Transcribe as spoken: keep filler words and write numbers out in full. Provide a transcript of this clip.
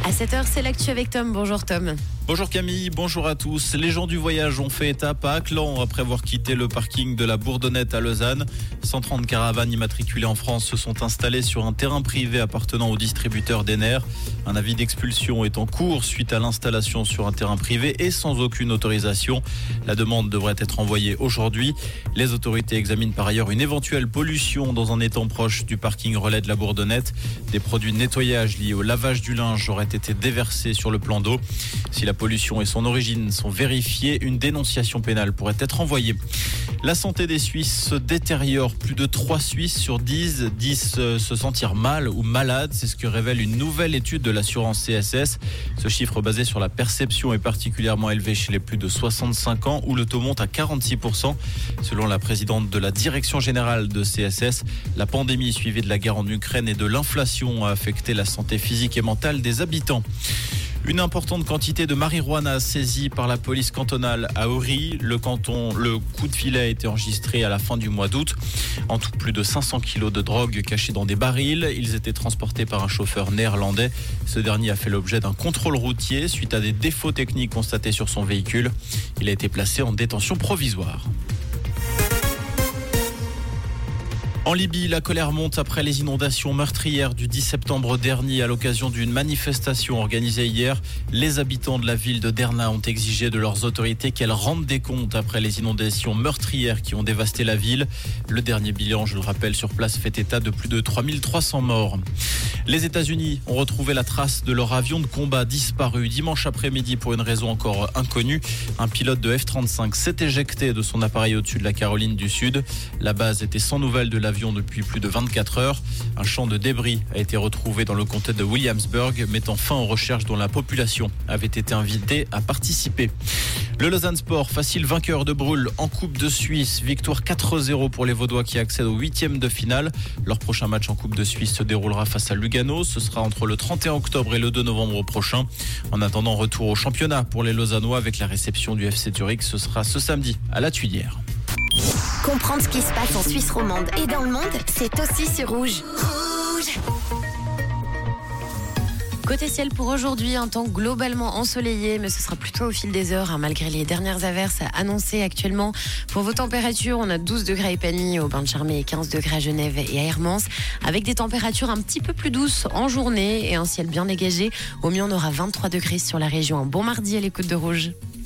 À sept heures, c'est l'actu avec Tom. Bonjour Tom. Bonjour Camille, bonjour à tous. Les gens du voyage ont fait étape à Aclan après avoir quitté le parking de la Bourdonnette à Lausanne. cent trente caravanes immatriculées en France se sont installées sur un terrain privé appartenant au distributeur d'Ener. Un avis d'expulsion est en cours suite à l'installation sur un terrain privé et sans aucune autorisation. La demande devrait être envoyée aujourd'hui. Les autorités examinent par ailleurs une éventuelle pollution dans un étang proche du parking relais de la Bourdonnette. Des produits de nettoyage liés au lavage du linge auraient été déversés sur le plan d'eau. Si la pollution et son origine sont vérifiées, une dénonciation pénale pourrait être envoyée. La santé des Suisses se détériore. Plus de trois Suisses sur dix disent se sentir mal ou malades. C'est ce que révèle une nouvelle étude de l'assurance C S S. Ce chiffre basé sur la perception est particulièrement élevé chez les plus de soixante-cinq ans où le taux monte à quarante-six pour cent. Selon la présidente de la direction générale de C S S, la pandémie suivie de la guerre en Ukraine et de l'inflation a affecté la santé physique et mentale des habitants. Une importante quantité de marijuana saisie par la police cantonale à Ory. Le canton, le coup de filet a été enregistré à la fin du mois d'août. En tout, plus de cinq cents kilos de drogue cachés dans des barils. Ils étaient transportés par un chauffeur néerlandais. Ce dernier a fait l'objet d'un contrôle routier suite à des défauts techniques constatés sur son véhicule. Il a été placé en détention provisoire. En Libye, la colère monte après les inondations meurtrières du dix septembre dernier à l'occasion d'une manifestation organisée hier. Les habitants de la ville de Derna ont exigé de leurs autorités qu'elles rendent des comptes après les inondations meurtrières qui ont dévasté la ville. Le dernier bilan, je le rappelle, sur place fait état de plus de trois mille trois cents morts. Les États-Unis ont retrouvé la trace de leur avion de combat disparu dimanche après-midi pour une raison encore inconnue. Un pilote de F trente-cinq s'est éjecté de son appareil au-dessus de la Caroline du Sud. La base était sans nouvelles de l'avion depuis plus de vingt-quatre heures. Un champ de débris a été retrouvé dans le comté de Williamsburg, mettant fin aux recherches dont la population avait été invitée à participer. Le Lausanne Sport, facile vainqueur de Brühl en Coupe de Suisse. Victoire quatre zéro pour les Vaudois qui accèdent au huitième de finale. Leur prochain match en Coupe de Suisse se déroulera face à Lugano. Ce sera entre le trente et un octobre et le deux novembre prochain. En attendant, retour au championnat pour les Lausannois avec la réception du F C Zurich. Ce sera ce samedi à la Tuilière. Comprendre ce qui se passe en Suisse romande et dans le monde, c'est aussi sur Rouge. Rouge. Côté ciel pour aujourd'hui, un temps globalement ensoleillé, mais ce sera plutôt au fil des heures, hein, malgré les dernières averses annoncées actuellement. Pour vos températures, on a douze degrés à Épagny, au Bain de Charmé, et quinze degrés à Genève et à Hermance, avec des températures un petit peu plus douces en journée et un ciel bien dégagé. Au mieux, on aura vingt-trois degrés sur la région. Un bon mardi à l'écoute de Rouge.